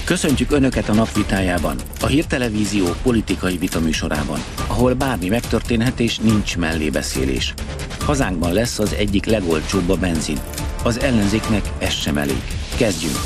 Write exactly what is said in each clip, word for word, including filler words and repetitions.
Köszöntjük Önöket a Napvitájában, a Hírtelevízió politikai vitaműsorában, ahol bármi megtörténhet és nincs mellébeszélés. Hazánkban lesz az egyik legolcsóbb a benzin. Az ellenzéknek ez sem elég. Kezdjünk!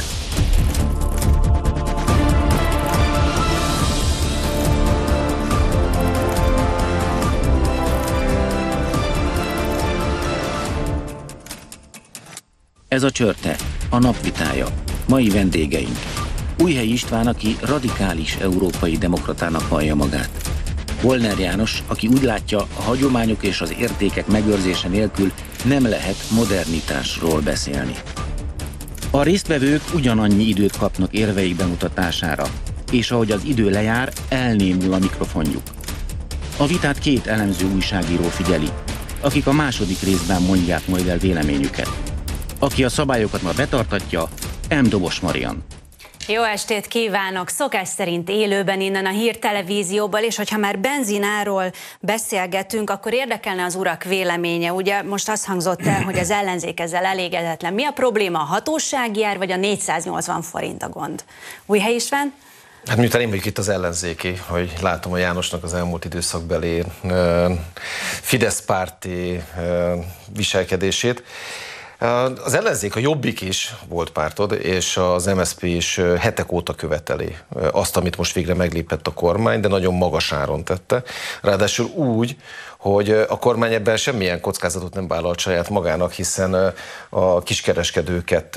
Ez a Csörte, a Napvitája. Mai vendégeink. Újhelyi István, aki radikális európai demokratának vallja magát. Volner János, aki úgy látja, a hagyományok és az értékek megőrzése nélkül nem lehet modernitásról beszélni. A résztvevők ugyanannyi időt kapnak érveik bemutatására, és ahogy az idő lejár, elnémul a mikrofonjuk. A vitát két elemző újságíró figyeli, akik a második részben mondják majd el véleményüket. Aki a szabályokat ma betartatja, M. Dobos Marian. Jó estét kívánok! Szokás szerint élőben innen a Hírtelevízióból, és hogyha már benzináról beszélgetünk, akkor érdekelne az urak véleménye. Ugye most azt hangzott el, hogy az ellenzék ezzel elégedetlen. Mi a probléma? A hatósági ár, vagy a négyszáznyolcvan forint a gond? Újhelyi István? Hát miután én vagyok itt az ellenzéki, hogy látom a Jánosnak az elmúlt időszakbeli Fidesz párti viselkedését. Az ellenzék, a Jobbik is volt pártod, és az em es zé pé is hetek óta követeli azt, amit most végre meglépett a kormány, de nagyon magas áron tette. Ráadásul úgy, hogy a kormány ebben semmilyen kockázatot nem vállalt saját magának, hiszen a kiskereskedőket,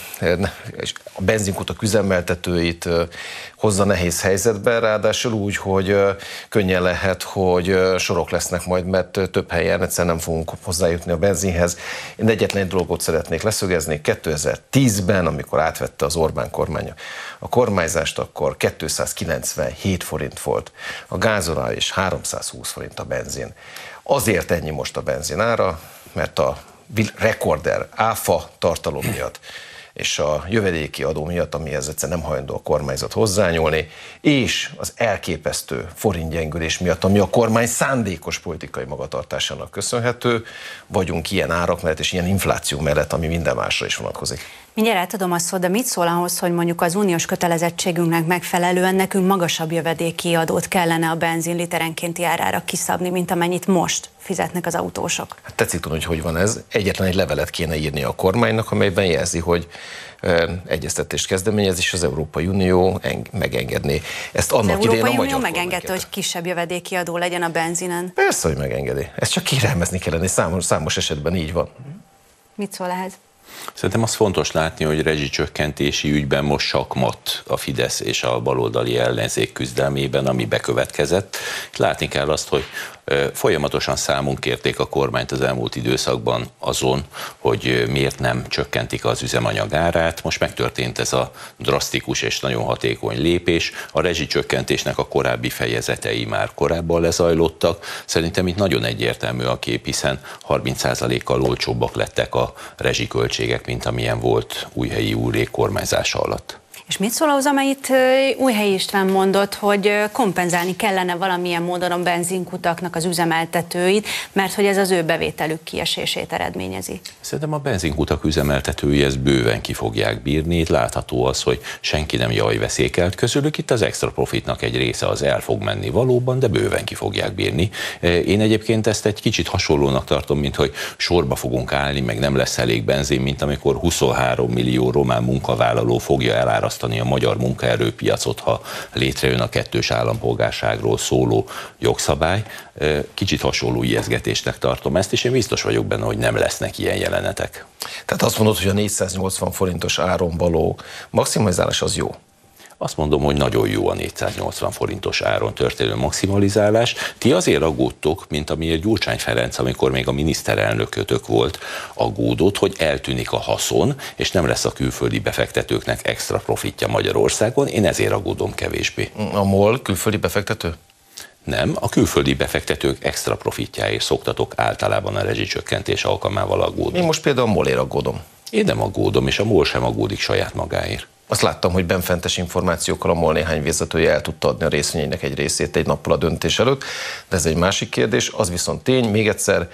a benzinkutak üzemeltetőit hozza nehéz helyzetbe, ráadásul úgy, hogy könnyen lehet, hogy sorok lesznek majd, mert több helyen egyszerűen nem fogunk hozzájutni a benzinhez. Én egyetlen egy dolgot szeretnék leszögezni. kétezer-tízben, amikor átvette az Orbán kormánya a kormányzást, akkor kétszázkilencvenhét forint volt a gázolaj és háromszázhúsz forint a benzin. Azért ennyi most a benzin ára, mert a rekorder áfa tartalom miatt és a jövedéki adó miatt, amihez egyszerűen nem hajlandó a kormányzat hozzányúlni, és az elképesztő forintgyengülés miatt, ami a kormány szándékos politikai magatartásának köszönhető, vagyunk ilyen árak mellett és ilyen infláció mellett, ami minden másra is vonatkozik. Mindjárt átadom a szót, de mit szól ahhoz, hogy mondjuk az uniós kötelezettségünknek megfelelően nekünk magasabb jövedéki adót kellene a benzin literenkénti árára kiszabni, mint amennyit most fizetnek az autósok? Hát tetszik tudni, hogy hogy van ez. Egyetlen egy levelet kéne írni a kormánynak, amelyben jelzi, hogy egyeztetést kezdeményez, és az Európai Unió megengedné. Ezt annak az idején a Európai magyar Unió megengedte, hogy kisebb jövedéki adó legyen a benzinen? Persze, hogy megengedi. Ezt csak kérelmezni kellene, számos, számos esetben így van. Mit szól ehhez? Szerintem az fontos látni, hogy rezsicsökkentési ügyben most sakmat a Fidesz és a baloldali ellenzék küzdelmében, ami bekövetkezett. Látni kell azt, hogy folyamatosan számon kérték a kormányt az elmúlt időszakban azon, hogy miért nem csökkentik az üzemanyag árát. Most megtörtént ez a drasztikus és nagyon hatékony lépés. A rezsicsökkentésnek a korábbi fejezetei már korábban lezajlottak. Szerintem itt nagyon egyértelmű a kép, hiszen harminc százalékkal olcsóbbak lettek a rezsiköltségek, mint amilyen volt Újhelyi úré kormányzása alatt. És mit szól ahhoz, amelyet Újhelyi István mondott, hogy kompenzálni kellene valamilyen módon a benzinkutaknak az üzemeltetőit, mert hogy ez az ő bevételük kiesését eredményezi? Szerintem a benzinkutak üzemeltetői ezt bőven ki fogják bírni. Itt látható az, hogy senki nem jajveszékelt közülük. Itt az extra profitnak egy része az el fog menni valóban, de bőven ki fogják bírni. Én egyébként ezt egy kicsit hasonlónak tartom, mint hogy sorba fogunk állni, meg nem lesz elég benzin, mint amikor huszonhárom millió román munkavállaló fogja elárasztani a magyar munkaerőpiacot, ha létrejön a kettős állampolgárságról szóló jogszabály. Kicsit hasonló ijesztgetésnek tartom ezt, és én biztos vagyok benne, hogy nem lesznek ilyen jelenetek. Tehát azt mondod, hogy a négyszáznyolcvan forintos áron való maximalizálás az jó? Azt mondom, hogy nagyon jó a négyszáznyolcvan forintos áron történő maximalizálás. Ti azért aggódtok, mint amiért Gyurcsány Ferenc, amikor még a miniszterelnökötök volt, aggódott, hogy eltűnik a haszon, és nem lesz a külföldi befektetőknek extra profitja Magyarországon. Én ezért aggódom kevésbé. A MOL külföldi befektető? Nem, a külföldi befektetők extra profitjáért szoktatok általában a rezsicsökkentés alkalmával aggódni. Én most például a MOL-ért aggódom. Én nem aggódom, és a MOL sem aggódik saját magáért. Azt láttam, hogy benfentes információkkal a MOL néhány vezetője el tudta adni a részvényeinek egy részét egy nappal a döntés előtt, de ez egy másik kérdés. Az viszont tény, még egyszer,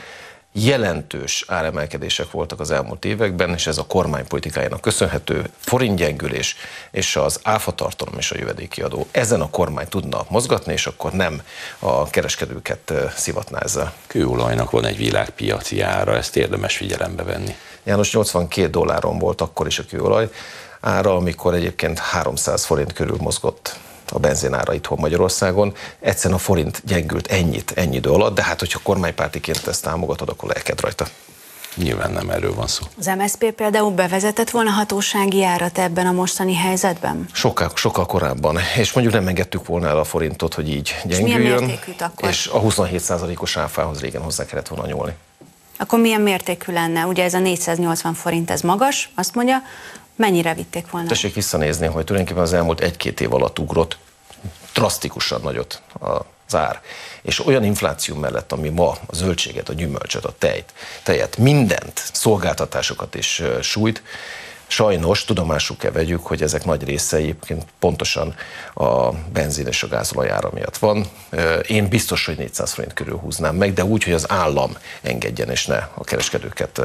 jelentős áremelkedések voltak az elmúlt években, és ez a kormánypolitikájának köszönhető, forintgyengülés és az áfatartalom és a jövedéki adó. Ezen a kormány tudna mozgatni, és akkor nem a kereskedőket szivatná ezzel. Kőolajnak van egy világpiaci ára, ezt érdemes figyelembe venni. János, nyolcvankét dolláron volt akkor is a kőolaj ára, amikor egyébként háromszáz forint körül mozgott a benzinára itthon Magyarországon. Egyszerűen a forint gyengült ennyit, ennyi idő alatt, de hát, hogyha kormánypártiként ezt támogatod, akkor lelked rajta. Nyilván nem erről van szó. Az em es zé pé például bevezetett volna hatósági árat ebben a mostani helyzetben? Sokkal, sokkal korábban. És mondjuk nem engedtük volna el a forintot, hogy így gyengüljön. És milyen mértékű akkor? És a huszonhét százalékos áfához régen hozzá kellett volna nyúlni. Akkor milyen mértékű lenne? Ugye ez a négyszáznyolcvan forint, ez magas, azt mondja, mennyire vitték volna? Tessék visszanézni, hogy tulajdonképpen az elmúlt egy-két év alatt ugrott drasztikusan nagyot az ár. És olyan infláció mellett, ami ma a zöldséget, a gyümölcsöt, a tejt, tejet, mindent, szolgáltatásokat is sújt, sajnos tudomásul kell vegyük, hogy ezek nagy része egyébként pontosan a benzin és a gázolaj ára miatt van. Én biztos, hogy négyszáz forint körül húznám meg, de úgy, hogy az állam engedjen, és ne a kereskedőket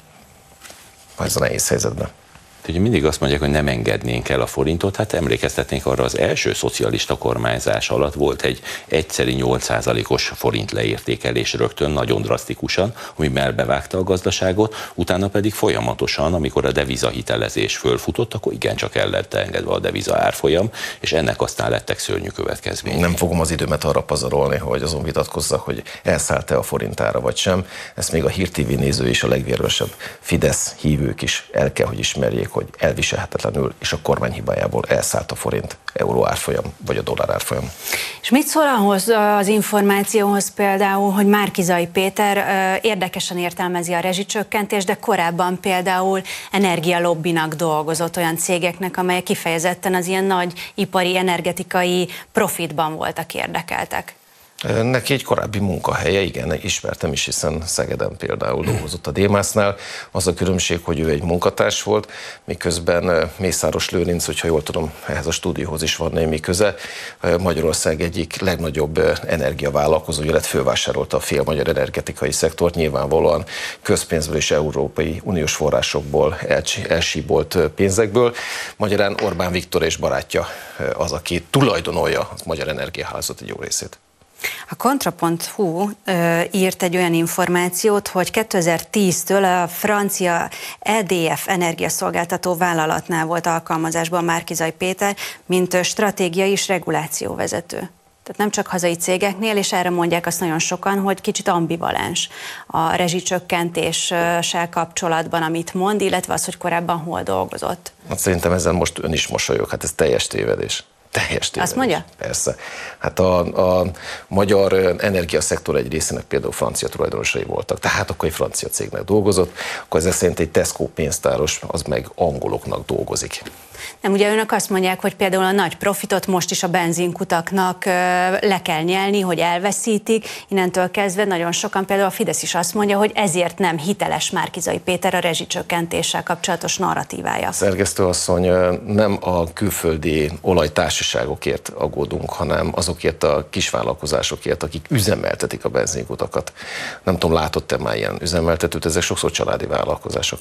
ez a nehéz helyzetben. Ugye mindig azt mondják, hogy nem engednénk el a forintot, hát emlékeztetnénk arra, az első szocialista kormányzás alatt volt egy egyszeri nyolc százalékos forint leértékelés rögtön, nagyon drasztikusan, ami melbevágta a gazdaságot, utána pedig folyamatosan, amikor a devizahitelezés fölfutott, akkor igencsak el lett engedve a deviza árfolyam, és ennek aztán lettek szörnyű következmények. Nem fogom az időmet arra pazarolni, hogy azon vitatkozzak, hogy elszállt-e a forintára vagy sem. Ezt még a Hír té vé néző és a legvérősebb Fidesz hívők is el kell, hogy ismerjék, hogy elviselhetetlenül, és a kormány hibájából elszállt a forint euró árfolyam, vagy a dollár árfolyam. És mit szól ahhoz az információhoz például, hogy Márki-Zay Péter érdekesen értelmezi a rezsicsökkentést, de korábban például energialobbinak dolgozott, olyan cégeknek, amelyek kifejezetten az ilyen nagy ipari, energetikai profitban voltak érdekeltek? Neki egy korábbi munkahelye, igen, ismertem is, hiszen Szegeden például dolgozott a Démásznál. Az a különbség, hogy ő egy munkatárs volt, miközben Mészáros Lőrinc, hogyha jól tudom, ehhez a stúdióhoz is van némi köze, Magyarország egyik legnagyobb energiavállalkozója lett, fölvásárolta a fél magyar energetikai szektort, nyilvánvalóan közpénzből és Európai Uniós forrásokból elsíbolt pénzekből. Magyarán Orbán Viktor és barátja az, aki tulajdonolja a magyar energiahálózat egy jó részét. A kontra pont hu írt egy olyan információt, hogy kétezer-tíztől a francia é dé ef energiaszolgáltató vállalatnál volt alkalmazásban Márki-Zay Péter, mint stratégiai és regulációvezető. Tehát nem csak hazai cégeknél, és erre mondják azt nagyon sokan, hogy kicsit ambivalens a rezsicsökkentéssel kapcsolatban, amit mond, illetve az, hogy korábban hol dolgozott. Hát szerintem ezen most ön is mosolyog, hát ez teljes tévedés. Teljes tévedés. Azt mondja? Persze. Hát a, a magyar energiaszektor egy részének például francia tulajdonosai voltak, tehát akkor egy francia cégnek dolgozott, akkor ez szerint egy Tesco pénztáros, az meg angoloknak dolgozik. Nem, ugye önök azt mondják, hogy például a nagy profitot most is a benzinkutaknak le kell nyelni, hogy elveszítik, innentől kezdve nagyon sokan, például a Fidesz is azt mondja, hogy ezért nem hiteles Márki-Zay Péter a rezsicsökkentéssel kapcsolatos narratívája. Szerkesztő asszony, nem a külföldi olajtársaságokért aggódunk, hanem azokért a kisvállalkozásokért, akik üzemeltetik a benzinkutakat. Nem tudom, látott-e már ilyen üzemeltetőt, ezek sokszor családi vállalkozások.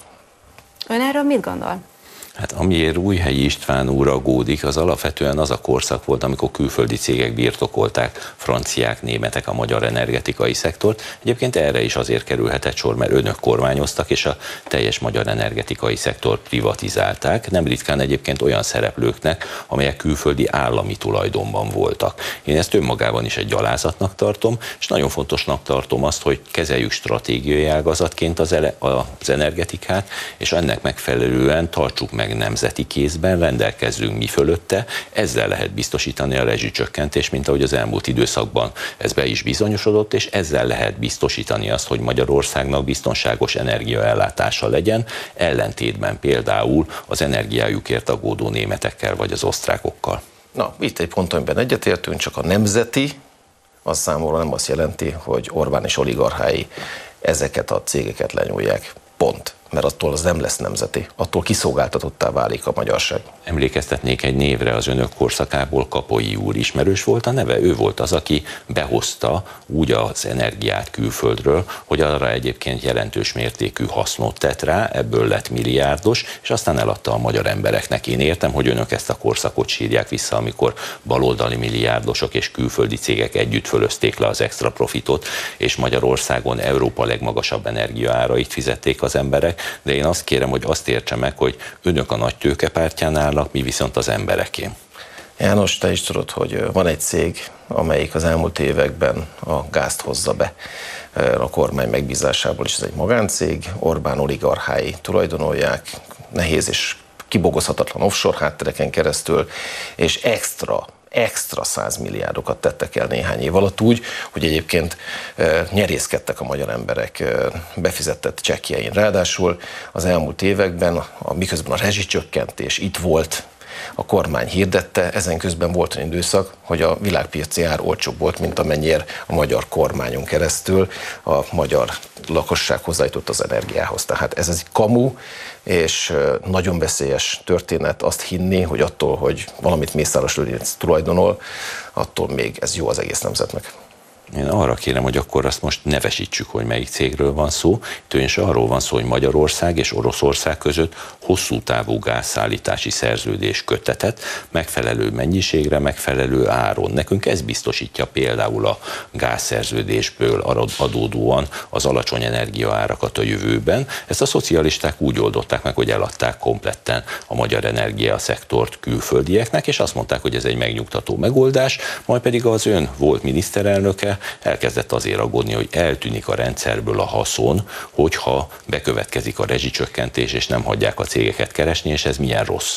Ön erről mit gondol? Hát amiért Újhelyi István úr aggódik, az alapvetően az a korszak volt, amikor külföldi cégek birtokolták, franciák, németek a magyar energetikai szektort. Egyébként erre is azért kerülhetett sor, mert önök kormányoztak, és a teljes magyar energetikai szektort privatizálták, nem ritkán egyébként olyan szereplőknek, amelyek külföldi állami tulajdonban voltak. Én ezt önmagában is egy gyalázatnak tartom, és nagyon fontosnak tartom azt, hogy kezeljük stratégiai ágazatként az, ele- az energetikát, és ennek megfelelően tartsuk meg nemzeti kézben, rendelkezzünk mi fölötte, ezzel lehet biztosítani a rezsicsökkentést, mint ahogy az elmúlt időszakban ez be is bizonyosodott, és ezzel lehet biztosítani azt, hogy Magyarországnak biztonságos energiaellátása legyen, ellentétben például az energiájukért aggódó németekkel vagy az osztrákokkal. Na, itt egy pont, amiben egyetértünk, csak a nemzeti, az számomra nem azt jelenti, hogy Orbán és oligarchái ezeket a cégeket lenyúlják. Pont. mert attól az nem lesz nemzeti, attól kiszolgáltatottá válik a magyarság. Emlékeztetnék egy névre az önök korszakából, Kapolyi úr. Ismerős volt a neve? Ő volt az, aki behozta úgy az energiát külföldről, hogy arra egyébként jelentős mértékű hasznot tett rá, ebből lett milliárdos, és aztán eladta a magyar embereknek. Én értem, hogy önök ezt a korszakot sírják vissza, amikor baloldali milliárdosok és külföldi cégek együtt fölözték le az extra profitot, és Magyarországon Európa legmagasabb energiaárait fizették az emberek, de én azt kérem, hogy azt értse meg, hogy önök a nagy tőkepártján állnak, mi viszont az emberekén. János, te is tudod, hogy van egy cég, amelyik az elmúlt években a gázt hozza be a kormány megbízásából, és ez egy magáncég, Orbán oligarchái tulajdonolják, nehéz és kibogozhatatlan offshore háttereken keresztül, és extra extra százmilliárdokat tettek el néhány év alatt úgy, hogy egyébként e, nyerészkedtek a magyar emberek e, befizetett csekkjein. Ráadásul az elmúlt években, a, miközben a rezsicsökkentés itt volt, a kormány hirdette, ezen közben volt olyan időszak, hogy a világpiaci ár olcsóbb volt, mint amennyire a magyar kormányon keresztül a magyar lakosság hozzájutott az energiához. Tehát ez egy kamu, és nagyon veszélyes történet azt hinni, hogy attól, hogy valamit Mészáros Lőrinc tulajdonol, attól még ez jó az egész nemzetnek. Én arra kérem, hogy akkor azt most nevesítsük, hogy melyik cégről van szó. Itt arról van szó, hogy Magyarország és Oroszország között hosszú távú gázszállítási szerződés köttetett, megfelelő mennyiségre, megfelelő áron. Nekünk ez biztosítja például a gázszerződésből adódóan az alacsony energiaárakat a jövőben. Ezt a szocialisták úgy oldották meg, hogy eladták kompletten a magyar energiaszektort külföldieknek, és azt mondták, hogy ez egy megnyugtató megoldás, majd pedig az ön volt miniszterelnöke elkezdett azért aggódni, hogy eltűnik a rendszerből a haszon, hogyha bekövetkezik a rezsicsökkentés, és nem hagyják a cégeket keresni, és ez milyen rossz.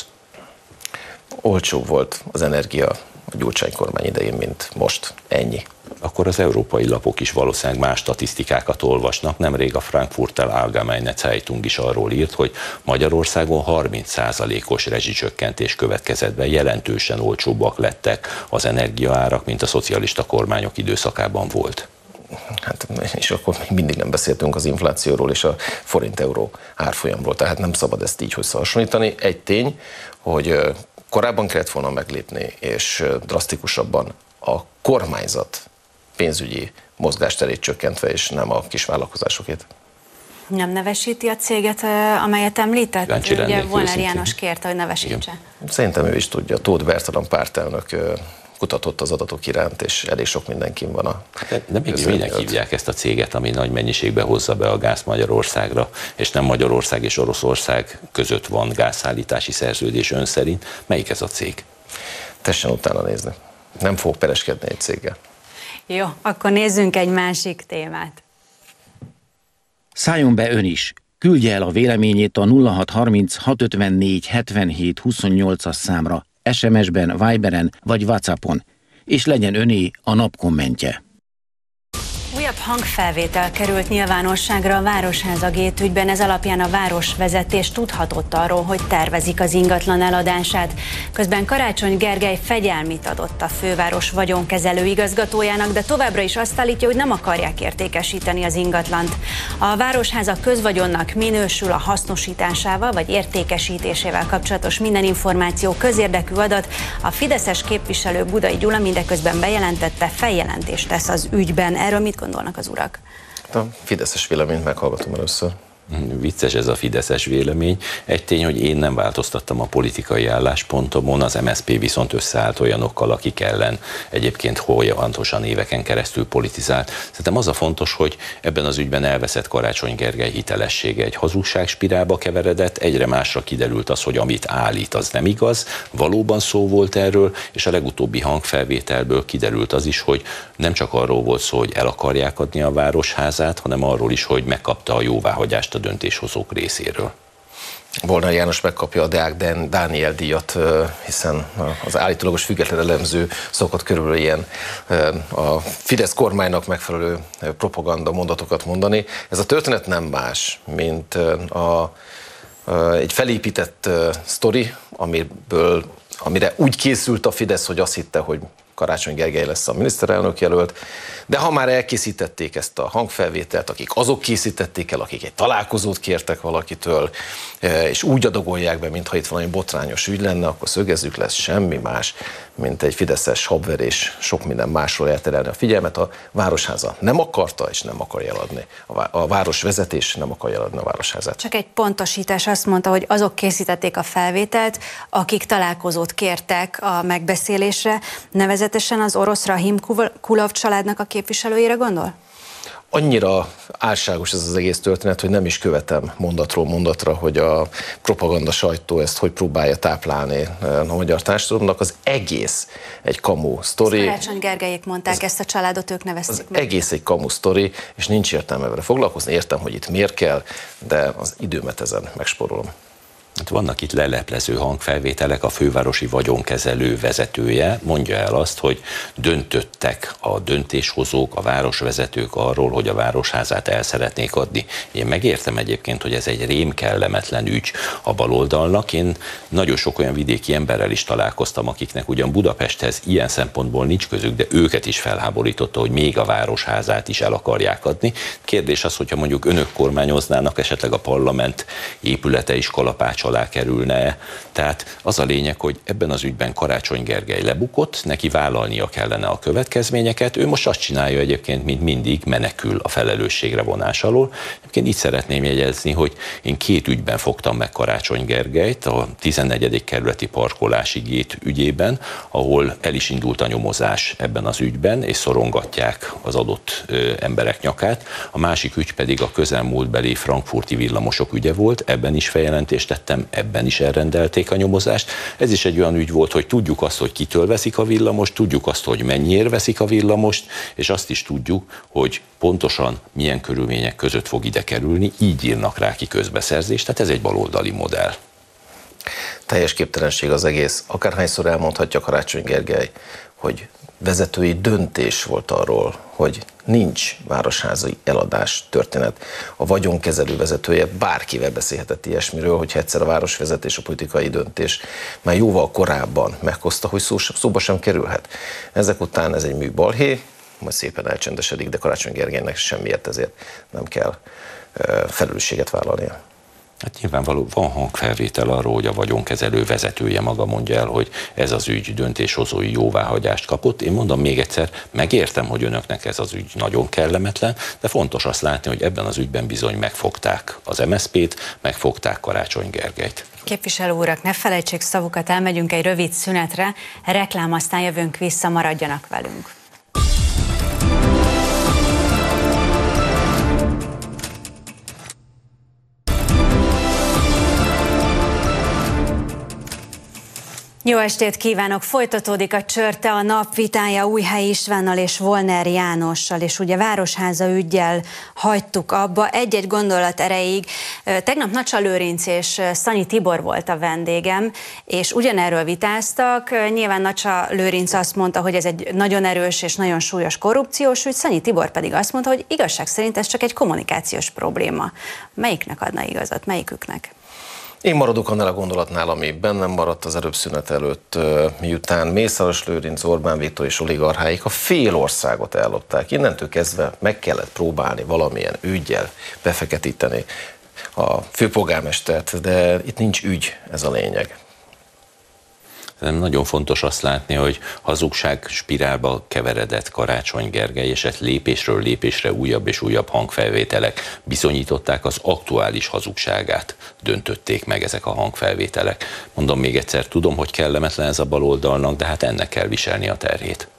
Olcsóbb volt az energia a Gyurcsány kormány idején, mint most. Ennyi. Akkor az európai lapok is valószínűleg más statisztikákat olvasnak. Nemrég a Frankfurter Allgemeine Zeitung is arról írt, hogy Magyarországon harminc százalékos rezsicsökkentés következett be, jelentősen olcsóbbak lettek az energiaárak, mint a szocialista kormányok időszakában volt. Hát, és akkor még mindig nem beszéltünk az inflációról és a forint-euró árfolyamról, tehát nem szabad ezt így összehasonlítani. Egy tény, hogy korábban kellett volna meglépni, és drasztikusabban a kormányzat pénzügyi mozgásterét csökkentve, és nem a kisvállalkozásokét. Nem nevesíti a céget, amelyet említett? Kíváncsi Ugye lennék Volner őszintén. János kérte, hogy nevesítse. Igen. Szerintem ő is tudja. Tóth Bertalan pártelnök kutatott az adatok iránt, és elég sok mindenkin van a... De, de még minek hívják ezt a céget, ami nagy mennyiségben hozza be a gáz Magyarországra, és nem Magyarország és Oroszország között van gázszállítási szerződés ön szerint? Melyik ez a cég? Tessen utána nézni. Nem fogok pereskedni egy céggel. Jó, akkor nézzünk egy másik témát. Szálljon be ön is. Küldje el a véleményét a nulla hat harminc hat ötvennégy hetvenhét huszonnyolcas számra, es em es-ben, Viberen vagy WhatsAppon, és legyen öné a nap kommentje. Újabb hangfelvétel került nyilvánosságra a Városháza Gate ügyben, ez alapján a városvezetés tudhatott arról, hogy tervezik az ingatlan eladását. Közben Karácsony Gergely fegyelmit adott a főváros vagyonkezelő igazgatójának, de továbbra is azt állítja, hogy nem akarják értékesíteni az ingatlant. A Városháza közvagyonnak minősül, a hasznosításával vagy értékesítésével kapcsolatos minden információ közérdekű adat. A fideszes képviselő Budai Gyula mindeközben bejelentette, feljelentést tesz az ügyben. Erről mit gondolnak az urak? A fideszes véleményt meghallgatom először. Vicces ez a fideszes vélemény. Egy tény, hogy én nem változtattam a politikai álláspontomon, az em es zé pé viszont összeállt olyanokkal, akik ellen egyébként folyamatosan éveken keresztül politizált. Szerintem az a fontos, hogy ebben az ügyben elveszett Karácsony Gergely hitelessége, egy hazugságspirálba keveredett, egyre másra kiderült az, hogy amit állít, az nem igaz, valóban szó volt erről, és a legutóbbi hangfelvételből kiderült az is, hogy nem csak arról volt szó, hogy el akarják adni a Városházát, hanem arról is, hogy megkapta a jóváhagyást a döntéshozók részéről. Volner János megkapja a Deák Dániel díjat, hiszen az állítólagos független elemző szokott körülbelül ilyen a Fidesz kormánynak megfelelő propaganda mondatokat mondani. Ez a történet nem más, mint a, egy felépített sztori, amiből, amire úgy készült a Fidesz, hogy azt hitte, hogy Karácsony Gergely lesz a miniszterelnök jelölt, de ha már elkészítették ezt a hangfelvételt, akik azok készítették el, akik egy találkozót kértek valakitől, és úgy adagolják be, mintha itt valami botrányos ügy lenne, akkor szögezzük, lesz semmi más, mint egy fideszes habverés, sok minden másról elterelni a figyelmet. A Városháza nem akarta és nem akarja eladni. A városvezetés nem akarja eladni a Városházát. Csak egy pontosítás, azt mondta, hogy azok készítették a felvételt, akik találkozót kértek a megbeszélésre, nevezetesen az orosz Rahim Kulov családnak a képviselőjére gondol? Annyira álságos ez az egész történet, hogy nem is követem mondatról mondatra, hogy a propaganda sajtó ezt hogy próbálja táplálni a magyar társadalomnak. Az egész egy kamu sztori. Karácsony Gergelyék mondták, az, ezt a családot ők nevezték az meg. Egész egy kamu sztori, és nincs értelme vele foglalkozni. Értem, hogy itt miért kell, de az időmet ezen megspórolom. Hát vannak itt leleplező hangfelvételek, a fővárosi vagyonkezelő vezetője mondja el azt, hogy döntöttek a döntéshozók, a városvezetők arról, hogy a Városházát el szeretnék adni. Én megértem egyébként, hogy ez egy rémkellemetlen ügy a baloldalnak. Én nagyon sok olyan vidéki emberrel is találkoztam, akiknek ugyan Budapesthez ilyen szempontból nincs közük, de őket is felháborította, hogy még a Városházát is el akarják adni. Kérdés az, hogyha mondjuk önök kormányoznának, esetleg a parlament épülete is kalapács alá kerülne. Tehát az a lényeg, hogy ebben az ügyben Karácsony Gergely lebukott, neki vállalnia kellene a következményeket. Ő most azt csinálja egyébként, mint mindig, menekül a felelősségre vonás alól. Egyébként így szeretném jegyezni, hogy én két ügyben fogtam meg Karácsony Gergelyt, a tizennegyedik kerületi parkolási gét ügyében, ahol el is indult a nyomozás ebben az ügyben, és szorongatják az adott ö, emberek nyakát. A másik ügy pedig a közelmúltbeli frankfurti villamosok ügye volt, ebben is feljelentést tettem, ebben is elrendelték a nyomozást. Ez is egy olyan ügy volt, hogy tudjuk azt, hogy kitől veszik a villamost, tudjuk azt, hogy mennyiért veszik a villamost, és azt is tudjuk, hogy pontosan milyen körülmények között fog ide kerülni, így írnak rá ki közbeszerzést, tehát ez egy baloldali modell. Teljes képtelenség az egész. Akárhányszor elmondhatja Karácsony Gergely, hogy vezetői döntés volt arról, hogy nincs városházai eladás történet. A vagyonkezelő vezetője bárkivel beszélhetett ilyesmiről, hogyha egyszer a városvezetés, a politikai döntés már jóval korábban meghozta, hogy szó, szóba sem kerülhet. Ezek után ez egy műbalhé, majd szépen elcsendesedik, de Karácsony Gergelynek semmiért ezért nem kell felelősséget vállalnia. Hát nyilvánvaló, van hangfelvétel arról, hogy a vagyonkezelő vezetője maga mondja el, hogy ez az ügy döntéshozói jóváhagyást kapott. Én mondom még egyszer, megértem, hogy önöknek ez az ügy nagyon kellemetlen, de fontos azt látni, hogy ebben az ügyben bizony megfogták az em es zé pét, megfogták Karácsony Gergelyt. Képviselő urak, ne felejtsék szavukat, elmegyünk egy rövid szünetre, reklám, aztán jövünk vissza, maradjanak velünk. Jó estét kívánok! Folytatódik a Csörte, a nap vitája Újhelyi Istvánnal és Volner Jánossal, és ugye Városháza üggyel hagytuk abba egy-egy gondolat erejéig. Tegnap Nacsa Lőrinc és Szanyi Tibor volt a vendégem, és ugyanerről vitáztak. Nyilván Nacsa Lőrinc azt mondta, hogy ez egy nagyon erős és nagyon súlyos korrupciós ügy, Szanyi Tibor pedig azt mondta, hogy igazság szerint ez csak egy kommunikációs probléma. Melyiknek adna igazat? Melyiküknek? Én maradok annál a gondolatnál, ami bennem maradt az előbb szünet előtt, miután Mészáros Lőrinc, Orbán Viktor és oligarcháik a fél országot ellopták. Innentől kezdve meg kellett próbálni valamilyen üggyel befeketíteni a főpolgármestert, de itt nincs ügy, ez a lényeg. Nagyon fontos azt látni, hogy hazugság spirálba keveredett Karácsony Gergely, és ezt lépésről lépésre újabb és újabb hangfelvételek bizonyították az aktuális hazugságát, döntötték meg ezek a hangfelvételek. Mondom még egyszer, tudom, hogy kellemetlen ez a baloldalnak, de hát ennek kell viselni a terhét.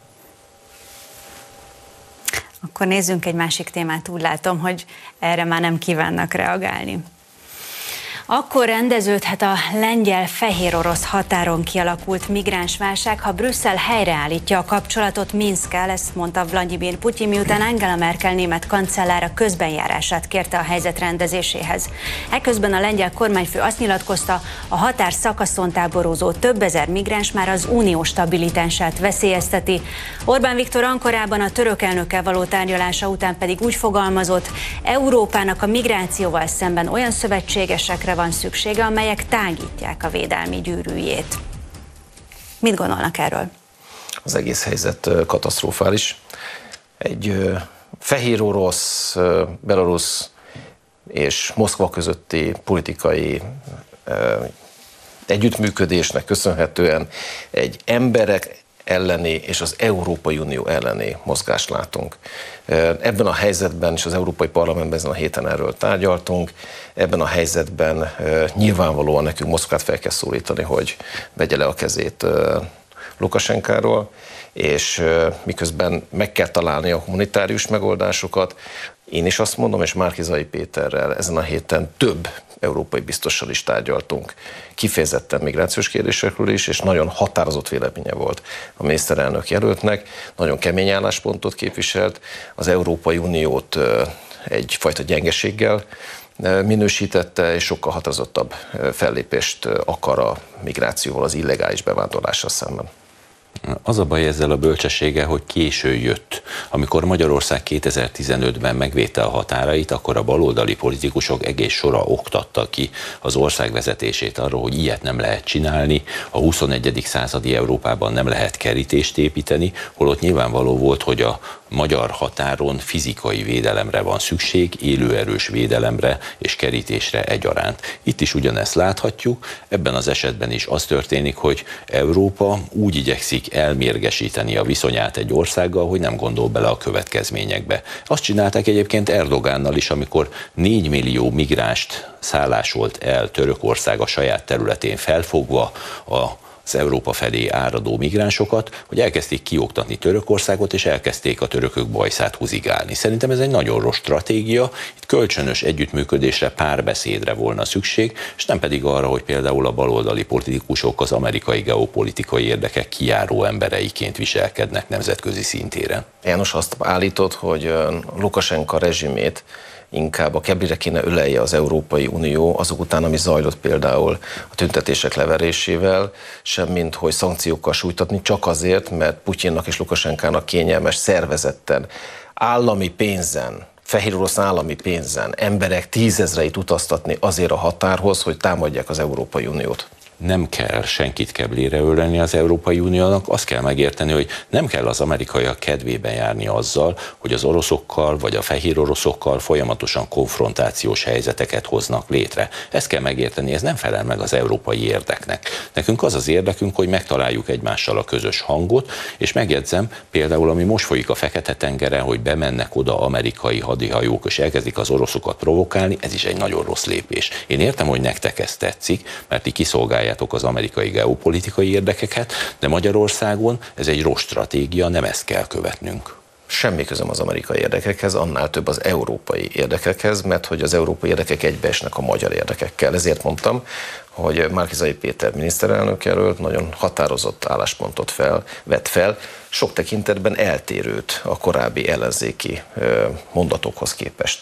Akkor nézzünk egy másik témát, úgy látom, hogy erre már nem kívánnak reagálni. Akkor rendeződhet a lengyel-fehér-orosz határon kialakult migránsválság, ha Brüsszel helyreállítja a kapcsolatot Minszkkel, ezt mondta Vladimir Putyin, miután Angela Merkel német kancellára közbenjárását kérte a helyzet rendezéséhez. Eközben a lengyel kormányfő azt nyilatkozta, a határ szakaszon táborozó több ezer migráns már az unió stabilitását veszélyezteti. Orbán Viktor Ankarában a török elnökkel való tárgyalása után pedig úgy fogalmazott, Európának a migrációval szemben olyan szövetségesekre van szüksége, amelyek tágítják a védelmi gyűrűjét. Mit gondolnak erről? az egész helyzet katasztrofális. Egy fehér orosz, Belarusz és Moszkva közötti politikai együttműködésnek köszönhetően egy emberek elleni és az Európai Unió elleni mozgást látunk. Ebben a helyzetben, és az Európai Parlamentben ezen a héten erről tárgyaltunk, ebben a helyzetben nyilvánvalóan nekünk Moszkvát fel kell szólítani, hogy vegye le a kezét Lukasenkáról, és miközben meg kell találni a humanitárius megoldásokat, én is azt mondom, és Márki-Zay Péterrel ezen a héten több európai biztossal is tárgyaltunk, kifejezetten migrációs kérdésekről is, és nagyon határozott véleménye volt a miniszterelnök jelöltnek, nagyon kemény álláspontot képviselt, az Európai Uniót egyfajta gyengeséggel minősítette, és sokkal határozottabb fellépést akar a migrációval, az illegális bevándorlással szemben. Az a baj ezzel a bölcsességgel, hogy késő jött. Amikor Magyarország kétezer-tizenötben megvédte a határait, akkor a baloldali politikusok egész sora oktatta ki az ország vezetését arról, hogy ilyet nem lehet csinálni, a huszonegyedik századi Európában nem lehet kerítést építeni, holott nyilvánvaló volt, hogy a magyar határon fizikai védelemre van szükség, élőerős védelemre és kerítésre egyaránt. Itt is ugyanezt láthatjuk, ebben az esetben is az történik, hogy Európa úgy igyekszik elmérgesíteni a viszonyát egy országgal, hogy nem gondol bele a következményekbe. Azt csinálták egyébként Erdogánnal is, amikor négy millió migránst szállásolt el Törökország a saját területén felfogva a az Európa felé áradó migránsokat, hogy elkezdték kioktatni Törökországot, és elkezdték a törökök bajszát húzigálni. Szerintem ez egy nagyon rossz stratégia, itt kölcsönös együttműködésre, párbeszédre volna szükség, és nem pedig arra, hogy például a baloldali politikusok az amerikai geopolitikai érdekek kijáró embereiként viselkednek nemzetközi szintéren. János azt állított, hogy Lukasenka rezsimét inkább a keblire kéne ölelje az Európai Unió azok után, ami zajlott például a tüntetések leverésével, semmint hogy szankciókkal sújtatni, csak azért, mert Putyinnak és Lukasenkának kényelmes szervezetten, állami pénzen, fehér orosz állami pénzen emberek tízezreit utaztatni azért a határhoz, hogy támadják az Európai Uniót. Nem kell senkit keblére ölelni az Európai Uniónak, azt kell megérteni, hogy nem kell az amerikaiak kedvében járni azzal, hogy az oroszokkal vagy a fehér oroszokkal folyamatosan konfrontációs helyzeteket hoznak létre. Ezt kell megérteni, ez nem felel meg az európai érdeknek. Nekünk az az érdekünk, hogy megtaláljuk egymással a közös hangot, és megjegyzem, például ami most folyik a Fekete-tengeren, hogy bemennek oda amerikai hadihajók, és elkezdik az oroszokat provokálni, ez is egy nagyon rossz lépés. Én értem, hogy nektek ez tetszik, mert ti kiszolgáljátok az amerikai geopolitikai érdekeket, de Magyarországon ez egy rossz stratégia, nem ezt kell követnünk. Semmi közöm az amerikai érdekekhez, annál több az európai érdekekhez, mert hogy az európai érdekek egybeesnek a magyar érdekekkel. Ezért mondtam, hogy Márki-Zay Péter miniszterelnök jelölt nagyon határozott álláspontot fel, vett fel, sok tekintetben eltérőt a korábbi ellenzéki mondatokhoz képest.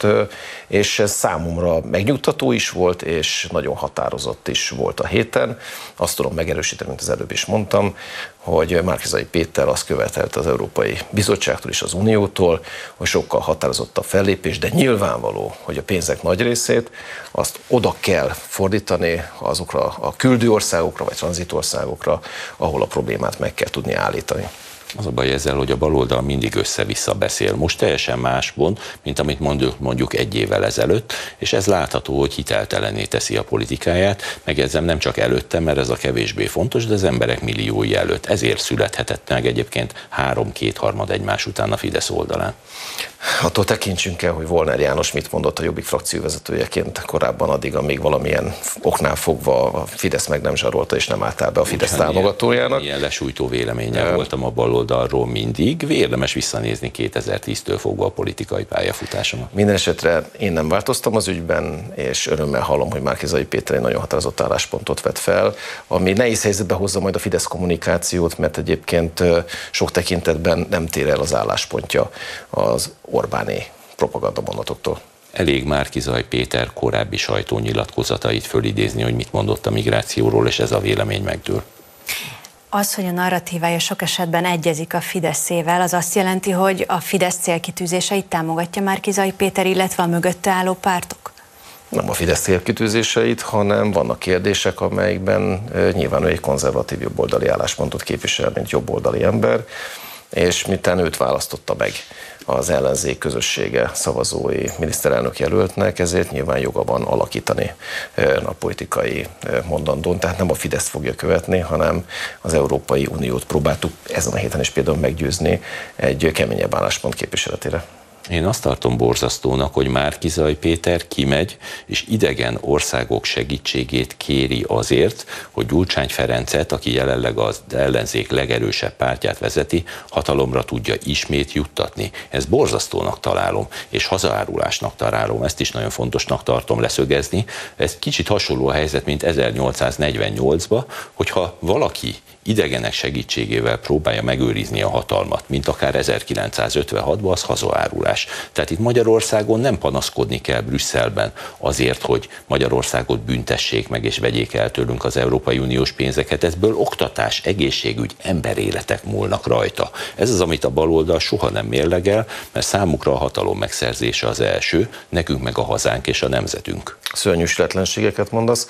És ez számomra megnyugtató is volt, és nagyon határozott is volt a héten. Azt tudom megerősíteni, mint az előbb is mondtam, hogy Márki-Zay Péter azt követelte az Európai Bizottságtól és az Uniótól, hogy sokkal határozottabb fellépés, de nyilvánvaló, hogy a pénzek nagy részét azt oda kell fordítani azokra a küldő országokra vagy tranzitországokra, ahol a problémát meg kell tudni állítani. Az a baj ezzel, hogy a baloldal mindig össze-vissza beszél. Most teljesen más mond, mint amit mondjuk, mondjuk egy évvel ezelőtt, és ez látható, hogy hiteltelenné teszi a politikáját. Megjegyzem, nem csak előtte, mert ez a kevésbé fontos, de az emberek milliói előtt. Ezért születhetett meg egyébként három-kétharmad egymás után a Fidesz oldalán. Attól tekintsünk el, hogy Molnár János mit mondott a Jobbik frakcióvezetőjeként korábban, addig, amíg valamilyen oknál fogva a Fidesz meg nem zsarolta és nem álltál be a Fidesz Ugyan támogatójának. Ilyen lesújtó véleménye voltam a baloldalról mindig. Érdemes visszanézni kétezer-tíztől fogva a politikai pályafutásomat. Minden esetre én nem változtam az ügyben, és örömmel hallom, hogy Márki-Zay Péter egy nagyon határozott álláspontot vett fel, ami nehéz helyzetbe hozza majd a Fidesz kommunikációt, mert egyébként sok tekintetben nem tér el az álláspontja az Orbáné propagandamondatoktól. Elég Márki-Zay Péter korábbi sajtónyilatkozatait fölidézni, hogy mit mondott a migrációról, és ez a vélemény megdől. Az, hogy a narratívája sok esetben egyezik a Fideszével, az azt jelenti, hogy a Fidesz célkitűzéseit támogatja Márki-Zay Péter, illetve a mögötte álló pártok? Nem a Fidesz célkitűzéseit, hanem vannak kérdések, amelyekben nyilván ő egy konzervatív jobboldali álláspontot képvisel, mint jobboldali ember, és miután őt választotta meg az ellenzék közössége szavazói miniszterelnök jelöltnek, ezért nyilván joga van alakítani a politikai mondandón, tehát nem a Fidesz fogja követni, hanem az Európai Uniót próbáltuk ezen a héten is például meggyőzni egy keményebb álláspont képviseletére. Én azt tartom borzasztónak, hogy Márki-Zay Péter kimegy, és idegen országok segítségét kéri azért, hogy Gyurcsány Ferencet, aki jelenleg az ellenzék legerősebb pártját vezeti, hatalomra tudja ismét juttatni. Ezt borzasztónak találom, és hazaárulásnak találom, ezt is nagyon fontosnak tartom leszögezni. Ez kicsit hasonló a helyzet, mint ezernyolcszáznegyvennyolcban, hogyha valaki idegenek segítségével próbálja megőrizni a hatalmat, mint akár ezerkilencszázötvenhatban, az hazaárulás. Tehát itt Magyarországon nem panaszkodni kell Brüsszelben azért, hogy Magyarországot büntessék meg és vegyék el tőlünk az Európai Uniós pénzeket. Ebből oktatás, egészségügy, emberéletek múlnak rajta. Ez az, amit a baloldal soha nem mérlegel, mert számukra a hatalom megszerzése az első, nekünk meg a hazánk és a nemzetünk. Szörnyűsületlenségeket mondasz.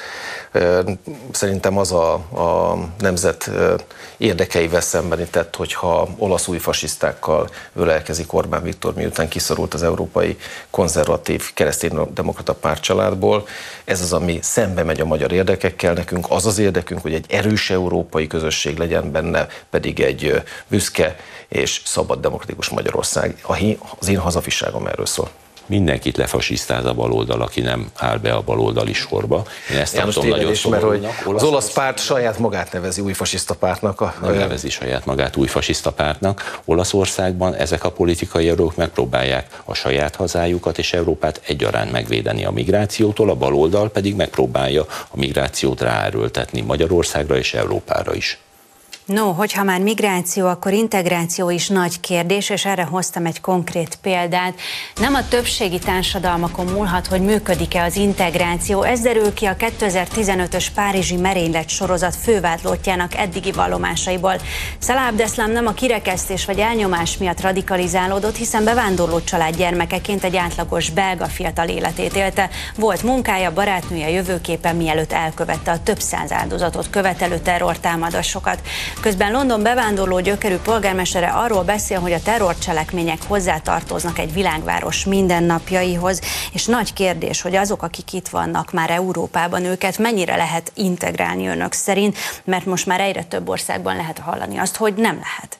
Szerintem az a, a nemzet érdekeivel szembeni tett, hogyha olasz új fasisztákkal ölelkezik Orbán Viktor, miután kiszorult az európai konzervatív kereszténydemokrata pártcsaládból. Ez az, ami szembe megy a magyar érdekekkel. Nekünk az az érdekünk, hogy egy erős európai közösség legyen, benne pedig egy büszke és szabad demokratikus Magyarország. Az én hazafiságom erről szól. Mindenkit lefasisztáz a baloldal, aki nem áll be a baloldali sorba. Én ezt János tartom nagyon szomorúnak. Az olasz párt saját magát nevezi új fasiszta pártnak. A... Nem nevezi saját magát új fasiszta pártnak. Olaszországban ezek a politikai erők megpróbálják a saját hazájukat és Európát egyaránt megvédeni a migrációtól, a baloldal pedig megpróbálja a migrációt ráerőltetni Magyarországra és Európára is. No, hogyha már migráció, akkor integráció is nagy kérdés, és erre hoztam egy konkrét példát. Nem a többségi társadalmakon múlhat, hogy működik-e az integráció. Ez derül ki a kétezer-tizenötös párizsi merénylet sorozat fővádlottjának eddigi vallomásaiból. Salah Abdeslam nem a kirekesztés vagy elnyomás miatt radikalizálódott, hiszen bevándorló család gyermekeként egy átlagos belga fiatal életét élte. Volt munkája, barátnője, jövőképpen, mielőtt elkövette a több száz áldozatot követelő terrortámadásokat. Közben London bevándorló gyökerű polgármestere arról beszél, hogy a terrorcselekmények hozzátartoznak egy világváros mindennapjaihoz, és nagy kérdés, hogy azok, akik itt vannak már Európában, őket mennyire lehet integrálni önök szerint, mert most már egyre több országban lehet hallani azt, hogy nem lehet.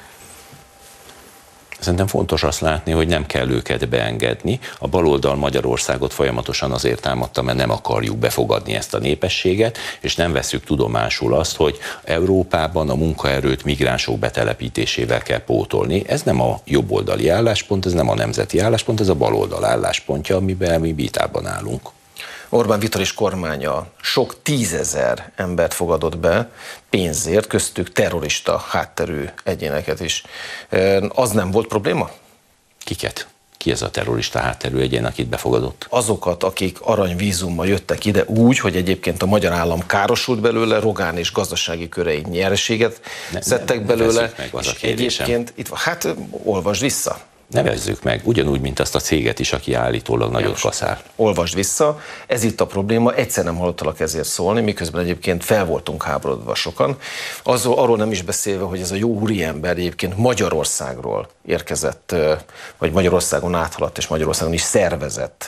Szerintem fontos azt látni, hogy nem kell őket beengedni. A baloldal Magyarországot folyamatosan azért támadta, mert nem akarjuk befogadni ezt a népességet, és nem veszük tudomásul azt, hogy Európában a munkaerőt migránsok betelepítésével kell pótolni. Ez nem a jobboldali álláspont, ez nem a nemzeti álláspont, ez a baloldal álláspontja, amiben mi vitában állunk. Orbán Viktor és kormánya sok tízezer embert fogadott be pénzért, köztük terrorista hátterű egyéneket is. Az nem volt probléma? Kiket? Ki ez a terrorista hátterű egyén, akit befogadott? Azokat, akik aranyvízummal jöttek ide úgy, hogy egyébként a magyar állam károsult belőle, Rogán és gazdasági körei nyereséget ne, szedtek ne, belőle. Meg az és a egyébként, itt, hát olvasd vissza. Nevezzük meg, ugyanúgy, mint azt a céget is, aki állítólag nagyot kaszál. Olvasd vissza, ez itt a probléma, egyszer nem hallottalak ezért szólni, miközben egyébként fel voltunk háborodva sokan. Azzal, arról nem is beszélve, hogy ez a jó úriember egyébként Magyarországról érkezett, vagy Magyarországon áthaladt, és Magyarországon is szervezett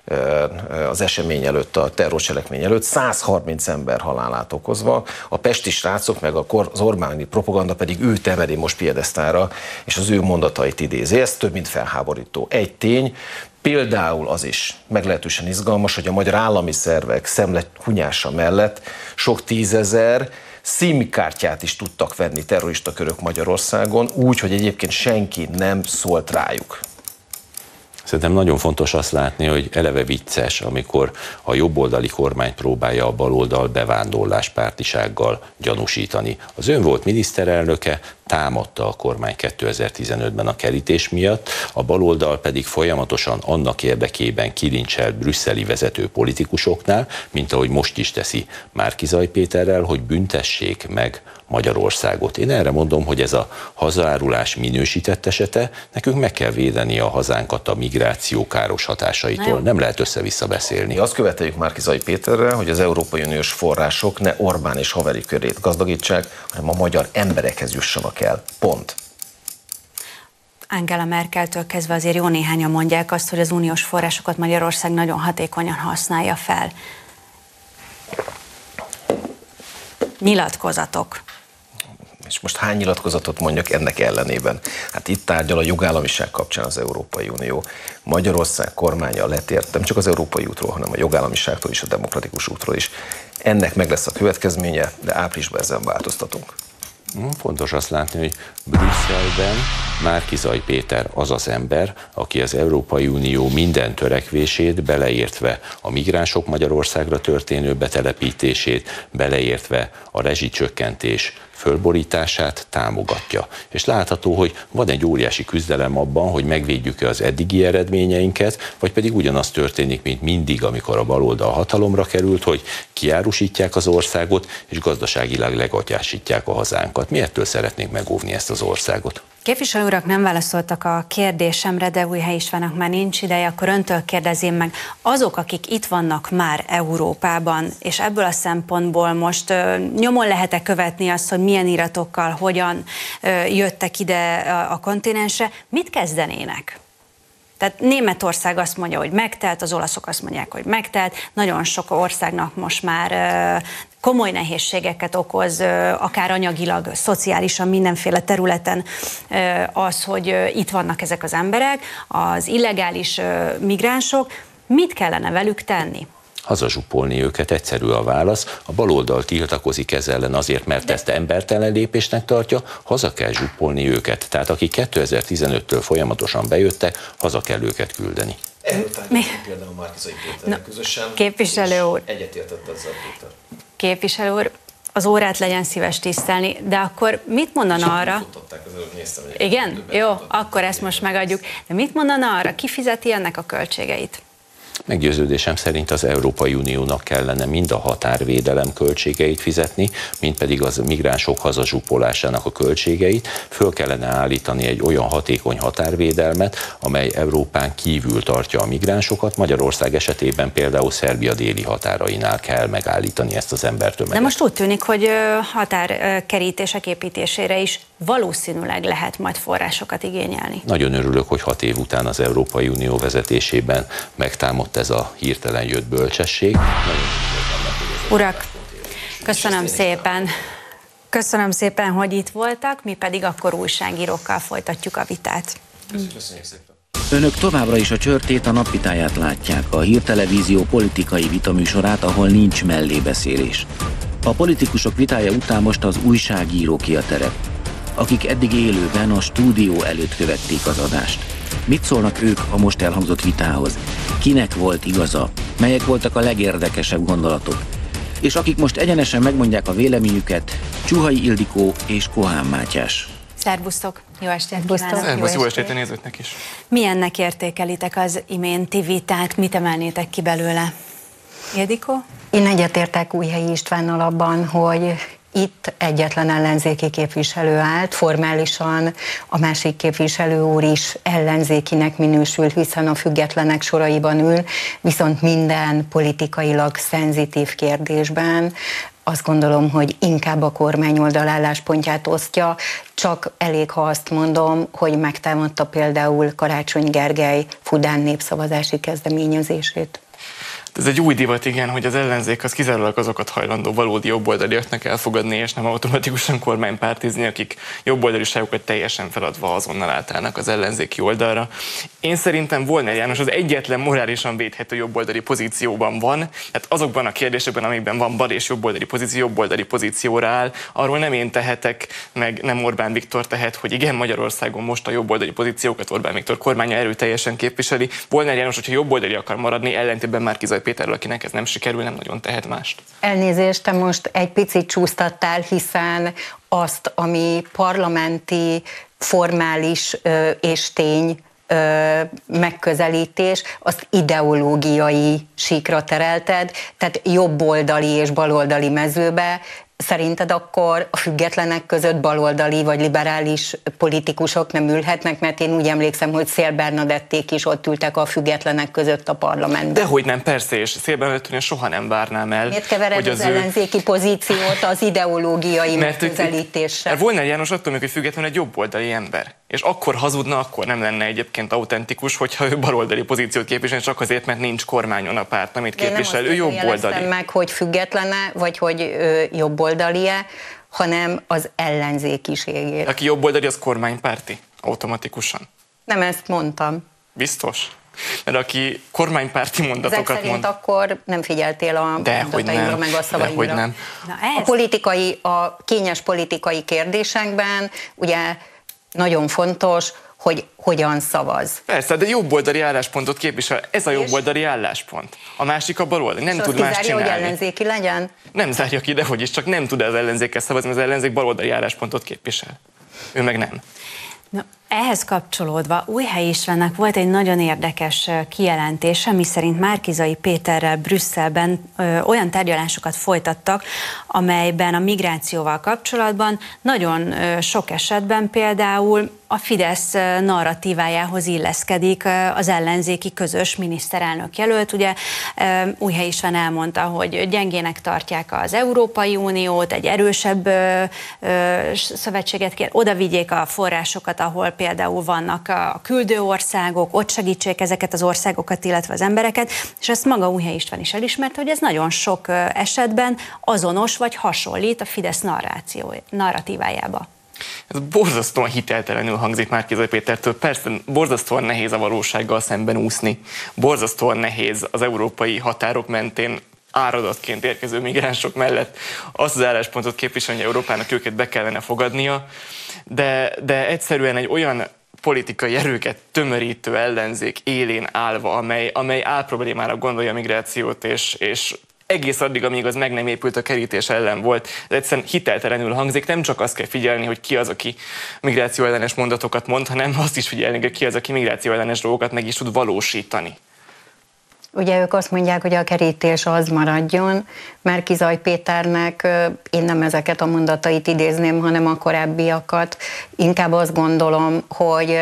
az esemény előtt, a terrorcselekmény előtt, száz harminc ember halálát okozva, a pesti srácok meg az Orbáni propaganda pedig őt emeli most piedesztára, és az ő mondatait idézi. Ez több, mint felháborító. Egy tény, például az is meglehetősen izgalmas, hogy a magyar állami szervek szemlethunyása mellett sok tízezer SIM-kártyát is tudtak venni terrorista körök Magyarországon, úgy, hogy egyébként senki nem szólt rájuk. Szerintem nagyon fontos azt látni, hogy eleve vicces, amikor a jobboldali kormány próbálja a baloldal bevándorláspártisággal gyanúsítani. Az ön volt miniszterelnöke, támadta a kormány kétezer-tizenötben a kerítés miatt, a baloldal pedig folyamatosan annak érdekében kilincselt brüsszeli vezető politikusoknál, mint ahogy most is teszi Márki-Zay Péterrel, hogy büntessék meg Magyarországot. Én erre mondom, hogy ez a hazaárulás minősített esete, nekünk meg kell védeni a hazánkat a migráció káros hatásaitól. Nem lehet össze-vissza beszélni. Mi azt követeljük Márki-Zay Péterrel, hogy az Európai Uniós források ne Orbán és haveri körét gazdagítsák, hanem a magyar emberekhez jussanak el. Pont. Angela Merkeltől kezdve azért jó néhányan mondják azt, hogy az uniós forrásokat Magyarország nagyon hatékonyan használja fel. Nyilatkozatok. És most hány nyilatkozatot mondjak ennek ellenében? Hát itt tárgyal a jogállamiság kapcsán az Európai Unió. Magyarország kormánya letért nem csak az európai útról, hanem a jogállamiságtól is, a demokratikus útról is. Ennek meg lesz a következménye, de áprilisban ezen változtatunk. Fontos azt látni, hogy Brüsszelben Márki-Zay Péter az az ember, aki az Európai Unió minden törekvését, beleértve a migránsok Magyarországra történő betelepítését, beleértve a rezsicsökkentés fölborítását támogatja. És látható, hogy van egy óriási küzdelem abban, hogy megvédjük-e az eddigi eredményeinket, vagy pedig ugyanaz történik, mint mindig, amikor a baloldal hatalomra került, hogy kiárusítják az országot, és gazdaságilag legatyásítják a hazánkat. Mi ettől szeretnénk megóvni ezt az országot? Képviselő urak nem válaszoltak a kérdésemre, de Újhely Istvánnak már nincs ideje, akkor öntől kérdezném meg, azok, akik itt vannak már Európában, és ebből a szempontból most ö, nyomon lehet-e követni azt, hogy milyen iratokkal, hogyan ö, jöttek ide a, a kontinensre, mit kezdenének? Tehát Németország azt mondja, hogy megtelt, az olaszok azt mondják, hogy megtelt, nagyon sok országnak most már ö, komoly nehézségeket okoz, akár anyagilag, szociálisan, mindenféle területen az, hogy itt vannak ezek az emberek, az illegális migránsok. Mit kellene velük tenni? Hazazsupolni őket, egyszerű a válasz. A baloldal tiltakozik ezzel ellen azért, mert ezt embertelen lépésnek tartja, haza kell zsupolni őket. Tehát akik kétezer-tizenöttől folyamatosan bejöttek, haza kell őket küldeni. Erről tárgyaltunk például Márki-Zay Péterrel közösen, képviselő úr, egyetértett ezzel Péter. Képviselő úr, az órát legyen szíves tisztelni, de akkor mit mondana arra? Néztem, igen? Jó, akkor ezt most megadjuk. De mit mondana arra? Ki fizeti ennek a költségeit? Meggyőződésem szerint az Európai Uniónak kellene mind a határvédelem költségeit fizetni, mind pedig az migránsok hazazsupolásának a költségeit. Föl kellene állítani egy olyan hatékony határvédelmet, amely Európán kívül tartja a migránsokat. Magyarország esetében például Szerbia déli határainál kell megállítani ezt az embertömeget. De most úgy tűnik, hogy határkerítések építésére is valószínűleg lehet majd forrásokat igényelni. Nagyon örülök, hogy hat év után az Európai Unió vezetésében megtámadt ez a hirtelen jött bölcsesség. Urak, köszönöm szépen. Köszönöm szépen, hogy itt voltak, mi pedig akkor újságírókkal folytatjuk a vitát. Köszönjük szépen. Önök továbbra is a Csörtét, a Napvitáját látják, a Hírtelevízió politikai vitaműsorát, ahol nincs mellébeszélés. A politikusok vitája után most az újságíróké a terep, akik eddig élőben a stúdió előtt követték az adást. Mit szólnak ők a most elhangzott vitához? Kinek volt igaza? Melyek voltak a legérdekesebb gondolatok? És akik most egyenesen megmondják a véleményüket, Csuhai Ildikó és Kohán Mátyás. Szervusztok! Jó estét kívánok! Szervusz, jó estét a nézőknek is! Milyennek értékelitek az iménti vitát? Mit emelnétek ki belőle? Ildikó? Én egyetértek Újhelyi Istvánnal abban, hogy itt egyetlen ellenzéki képviselő állt, formálisan a másik képviselő úr is ellenzékinek minősül, hiszen a függetlenek soraiban ül, viszont minden politikailag szenzitív kérdésben azt gondolom, hogy inkább a kormányoldal álláspontját osztja, csak elég, ha azt mondom, hogy megtámadta például Karácsony Gergely Fudán népszavazási kezdeményezését. Ez egy új divat, igen, hogy az ellenzék az kizárólag azokat hajlandó valódi jobboldaliaknak elfogadni, és nem automatikusan kormánypártizni, akik jobboldaliságokat teljesen feladva azonnal átállnak az ellenzéki oldalra. Én szerintem Molnár János az egyetlen morálisan védhető jobboldali pozícióban van, tehát azokban a kérdésekben, amikben van bal és jobboldali pozíció, jobboldali pozícióra áll, arról nem én tehetek, meg nem Orbán Viktor tehet, hogy igen, Magyarországon most a jobboldali pozíciókat Orbán Viktor kormánya erőteljesen képviseli. Molnár János, hogyha jobboldali akar maradni, ellentétben Márki-Zay Péterről, akinek ez nem sikerül, nem nagyon tehet mást. Elnézést, te most egy picit csúsztattál, hiszen azt, ami parlamenti, formális ö, és tény ö, megközelítés, azt ideológiai síkra terelted, tehát jobboldali és baloldali mezőbe szerinted akkor a függetlenek között baloldali vagy liberális politikusok nem ülhetnek, mert én úgy emlékszem, hogy Széll Bernadették is ott ültek a függetlenek között a parlamentben. Dehogy nem, persze, és Széll Bernadettől soha nem várnám el. Miért kevered hogy az, az ő... ellenzéki pozíciót az ideológiai megközelítéssel? Mert Volner János attól még, hogy függetlenül egy jobboldali ember. És akkor hazudna, akkor nem lenne egyébként autentikus, hogyha ő baloldali pozíciót képvisel, csak azért, mert nincs kormányon a párt, amit képvisel. Ő jobboldali. meg, hogy függetlene, vagy hogy jobboldali-e, hanem az ellenzékiségét. Aki jobboldali, az kormánypárti, automatikusan. Nem ezt mondtam. Biztos? Mert aki kormánypárti mondatokat Ezek szerint mond... akkor nem figyeltél a mondataimra, meg a szavaimra. nem. Na a politikai, a kényes politikai kérdésekben ugye nagyon fontos, hogy hogyan szavaz. Persze, de jobboldali álláspontot képvisel. Ez a jobboldali álláspont. A másik a baloldali. Nem és tud más csinálni. hogy ellenzéki legyen? Nem zárja ki, de hogy is, csak nem tud az ellenzékkel szavazni, mert az ellenzék baloldali álláspontot képvisel. Ő meg nem. Na, ehhez kapcsolódva Újhelyi Istvánnak volt egy nagyon érdekes kijelentése, miszerint Márki-Zay Péterrel Brüsszelben ö, olyan tárgyalásokat folytattak, amelyben a migrációval kapcsolatban nagyon ö, sok esetben például a Fidesz narratívájához illeszkedik az ellenzéki közös miniszterelnök jelölt. Ugye Újhelyi István elmondta, hogy gyengének tartják az Európai Uniót, egy erősebb ö, ö, szövetséget kér, oda vigyék a forrásokat, ahol például vannak a küldő országok, ott segítsék ezeket az országokat, illetve az embereket, és ezt maga Újhelyi István is elismerte, hogy ez nagyon sok esetben azonos vagy hasonlít a Fidesz narráció, narratívájába. Ez borzasztóan hiteltelenül hangzik Márki-Zay Pétertől. Persze borzasztóan nehéz a valósággal szemben úszni, borzasztóan nehéz az európai határok mentén áradatként érkező migránsok mellett azt az álláspontot képviselni, hogy Európának őket be kellene fogadnia, de, de egyszerűen egy olyan politikai erőket tömörítő ellenzék élén állva, amely, amely álproblémára gondolja a migrációt, és, és egész addig, amíg az meg nem épült, a kerítés ellen volt. Ez egyszerűen hiteltelenül hangzik, nem csak azt kell figyelni, hogy ki az, aki migráció ellenes mondatokat mond, hanem azt is figyelni, hogy ki az, aki migráció ellenes dolgokat meg is tud valósítani. Ugye ők azt mondják, hogy a kerítés az maradjon. Márki-Zay Péternek én nem ezeket a mondatait idézném, hanem a korábbiakat. Inkább azt gondolom, hogy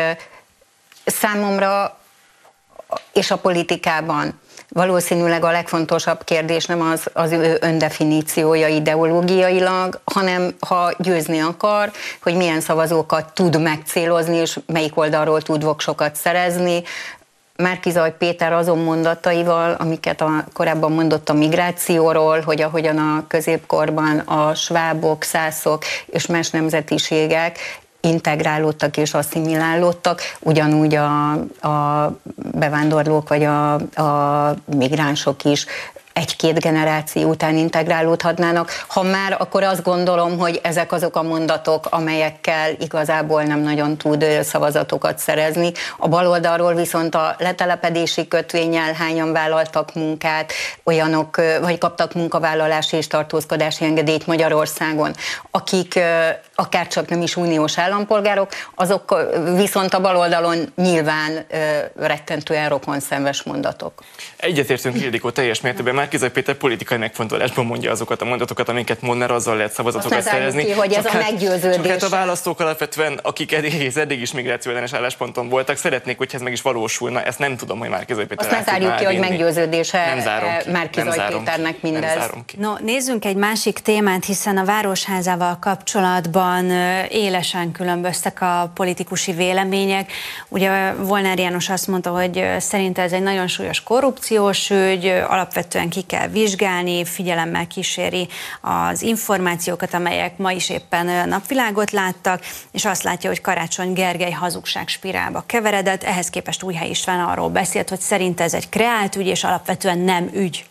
számomra és a politikában valószínűleg a legfontosabb kérdés nem az, az ő öndefiníciója ideológiailag, hanem ha győzni akar, hogy milyen szavazókat tud megcélozni, és melyik oldalról tud voksokat szerezni. Márki-Zay Péter azon mondataival, amiket a, korábban mondott a migrációról, hogy ahogyan a középkorban a svábok, szászok és más nemzetiségek integrálódtak és asszimilálódtak, ugyanúgy a, a bevándorlók vagy a, a migránsok is egy-két generáció után integrálódhatnának. Ha már, akkor azt gondolom, hogy ezek azok a mondatok, amelyekkel igazából nem nagyon tud szavazatokat szerezni. A baloldalról viszont a letelepedési kötvényel hányan vállaltak munkát, olyanok, vagy kaptak munkavállalási és tartózkodási engedélyt Magyarországon, akik akár csak nem is uniós állampolgárok, azok viszont a baloldalon nyilván rettentően rokonszenves mondatok. Egyetértünk, Ildikó, teljes mértékben. Márki-Zay Péter politikai megfontolásban mondja azokat a mondatokat, amiket mond, mert azzal lehet szavazatokat szerezni. Ki, hogy ez a meggyőződés. Csak hát a választók alapvetően, akik eddig, eddig is migrációellenes állásponton voltak, szeretnék, hogy ez meg is valósulna. Ezt nem tudom, hogy Márki-Zay Péter. Azt ne zárjuk ki, hogy meggyőződése Márki-Zay Péternek mindez. No, nézzünk egy másik témát, hiszen a Városházával kapcsolatban élesen különböztek a politikusi vélemények. Ugye Volner János azt mondta, hogy szerinte ez egy nagyon súlyos korrupciós ügy, alapvetően ki kell vizsgálni, figyelemmel kíséri az információkat, amelyek ma is éppen napvilágot láttak, és azt látja, hogy Karácsony Gergely hazugságspirálba keveredett. Ehhez képest Újhelyi István arról beszélt, hogy szerinte ez egy kreált ügy, és alapvetően nem ügy.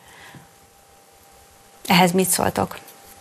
Ehhez mit szóltok?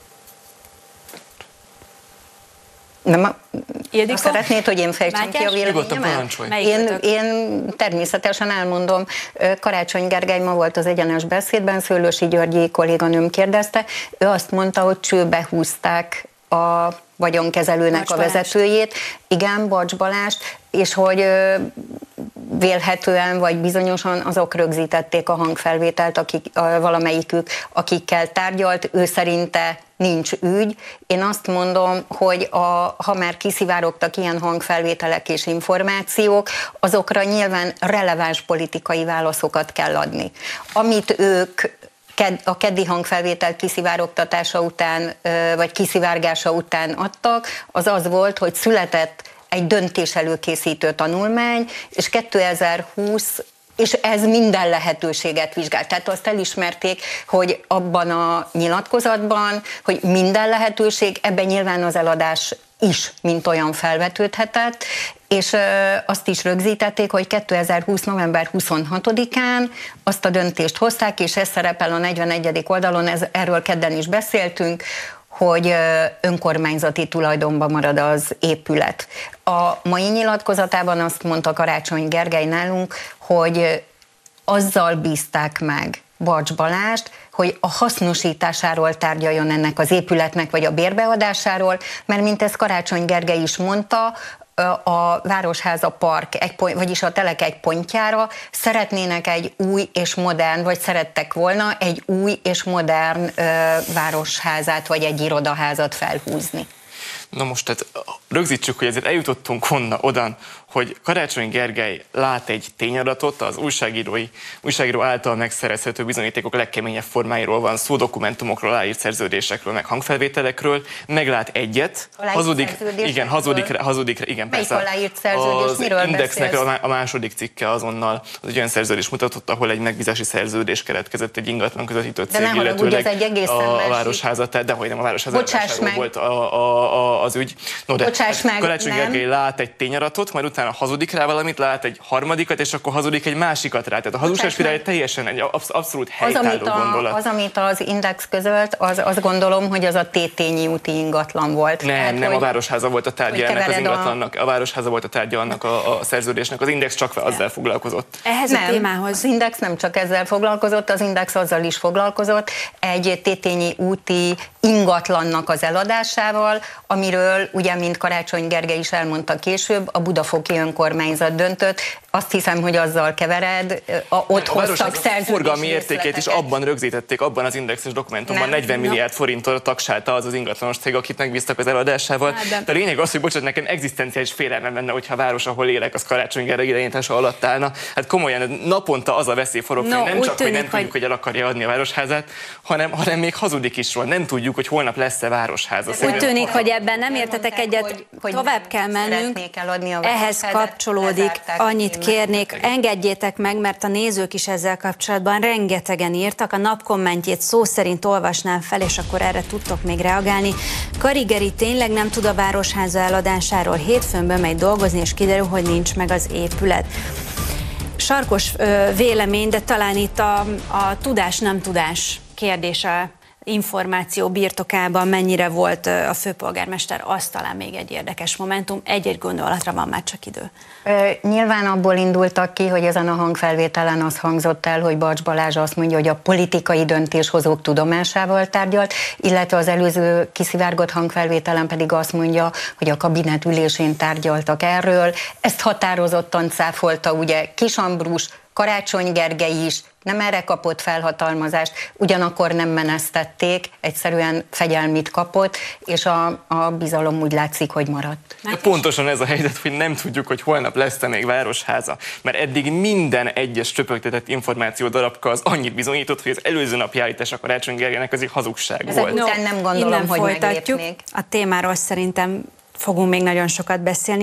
Nem, szeretnéd, hogy én fejtsem ki a véleményemet? Én, én természetesen elmondom, Karácsony Gergely ma volt az Egyenes Beszédben, Szőlősi Györgyi kolléganőm kérdezte, ő azt mondta, hogy csőbe húzták a vagyonkezelőnek Barcs a vezetőjét, igen, Barcs Balást, és hogy vélhetően vagy bizonyosan azok rögzítették a hangfelvételt, akik, valamelyikük, akikkel tárgyalt, ő szerinte nincs ügy. Én azt mondom, hogy a, ha már kiszivárogtak ilyen hangfelvételek és információk, azokra nyilván releváns politikai válaszokat kell adni. Amit ők a keddi hangfelvétel kiszivárogtatása után, vagy kiszivárgása után adtak, az az volt, hogy született egy döntés előkészítő tanulmány, és kétezer-húsz és ez minden lehetőséget vizsgál. Tehát azt elismerték, hogy abban a nyilatkozatban, hogy minden lehetőség, ebben nyilván az eladás is, mint olyan felvetődhetett, és azt is rögzítették, hogy kétezer-húsz. november huszonhatodikán azt a döntést hozták, és ez szerepel a negyvenegyedik oldalon, ez, erről kedden is beszéltünk, hogy önkormányzati tulajdonban marad az épület. A mai nyilatkozatában azt mondta Karácsony Gergely nálunk, hogy azzal bízták meg Barcs Balást, hogy a hasznosításáról tárgyaljon ennek az épületnek, vagy a bérbeadásáról, mert mint ezt Karácsony Gergely is mondta, a Városháza Park, egy, vagyis a Telek egy pontjára szeretnének egy új és modern, vagy szerettek volna egy új és modern ö, városházát, vagy egy irodaházat felhúzni. Na most tehát rögzítsük, hogy ezért eljutottunk honnan, odan, hogy Karácsony Gergely lát egy tényadatot, az újságírói, újságíró által megszerezhető bizonyítékok legkeményebb formáiról van szó, dokumentumokról, aláírt szerződésekről, meg hangfelvételekről, meglát egyet, hazudik, igen, hazudik, hazudik, igen, melyik persze. aláírt szerződés, az miről Indexnek beszélsz? a második cikke azonnal az egy olyan szerződés mutatott, ahol egy megbízási szerződés keretkezett egy ingatlan közvetítő cég, de illetőleg egy egész a, a városházat, de hogy nem a városházat volt a, a, a, az ügy. No, de meg, Karácsony nem. Gergely lát egy tényadatot, majd utána hazudik rá valamit, lát egy harmadikat, és akkor hazudik egy másikat rá. Tehát a hazugságspirály teljesen egy absz- abszolút helytálló az, amit a, gondolat. Az, amit az Index közölt, az, azt gondolom, hogy az a Tétényi úti ingatlan volt. Nem, Tehát, nem, hogy, a Városháza volt a tárgya ennek az ingatlannak, a... a Városháza volt a tárgya annak a, a szerződésnek, az Index csak azzal foglalkozott. Ehhez nem, a témához. Az Index nem csak ezzel foglalkozott, az Index azzal is foglalkozott, egy Tétényi úti ingatlannak az eladásával, amiről ugye, mint Karácsony Gergely is elmondta később, a budafoki önkormányzat döntött. Azt hiszem, hogy azzal kevered, a, ott a hoztak szerződés forgalmi értékét is abban rögzítették, abban az indexes dokumentumban, nem, negyven milliárd forintot tagsálta az az ingatlanos cég, akit megbíztak az eladásával. Hát, de... de a lényeg az, hogy bocsánat, nekem egzisztenciális félelmem lenne, hogyha a város, ahol élek, az Karácsony Gergely irányítása alatt állna. Hát komolyan, naponta az a veszély forog, no, nem csak, tűnik, hogy nem tudjuk, hogy el akarja adni a városházát, hanem, hanem még hazudik is róla. Nem tudjuk, hogy holnap lesz-e városháza. Úgy tűnik, hogy ebben nem értetek egyet, hogy, hogy tovább kell mennünk. Ehhez kapcsolódik, annyit kérnék, engedjétek meg, mert a nézők is ezzel kapcsolatban rengetegen írtak, a nap kommentjét szó szerint olvasnám fel, és akkor erre tudtok még reagálni. Karigeri tényleg nem tud a városháza eladásáról, hétfőn bemegy dolgozni, és kiderül, hogy nincs meg az épület. Sarkos ö, vélemény, de talán itt a, a tudás-nem tudás kérdése, információ birtokában mennyire volt a főpolgármester, az talán még egy érdekes momentum. Egy-egy gondolatra van már csak idő. Ö, nyilván abból indultak ki, hogy ezen a hangfelvételen az hangzott el, hogy Barcs Balázs azt mondja, hogy a politikai döntéshozók tudomásával tárgyalt, illetve az előző kiszivárgott hangfelvételen pedig azt mondja, hogy a kabinet ülésén tárgyaltak erről. Ezt határozottan cáfolta ugye Kis Ambrus, Karácsony Gergely is, nem erre kapott felhatalmazást, ugyanakkor nem menesztették, egyszerűen fegyelmit kapott, és a, a bizalom úgy látszik, hogy maradt. De pontosan ez a helyzet, hogy nem tudjuk, hogy holnap lesz-e még városháza, mert eddig minden egyes csöpögtetett információ darabka az annyit bizonyított, hogy az előző napi állítás a Karácsony Gergelynek az egy hazugság Ezek volt. után nem gondolom, Innen hogy folytatjuk. meglépnék. A témáról szerintem fogunk még nagyon sokat beszélni.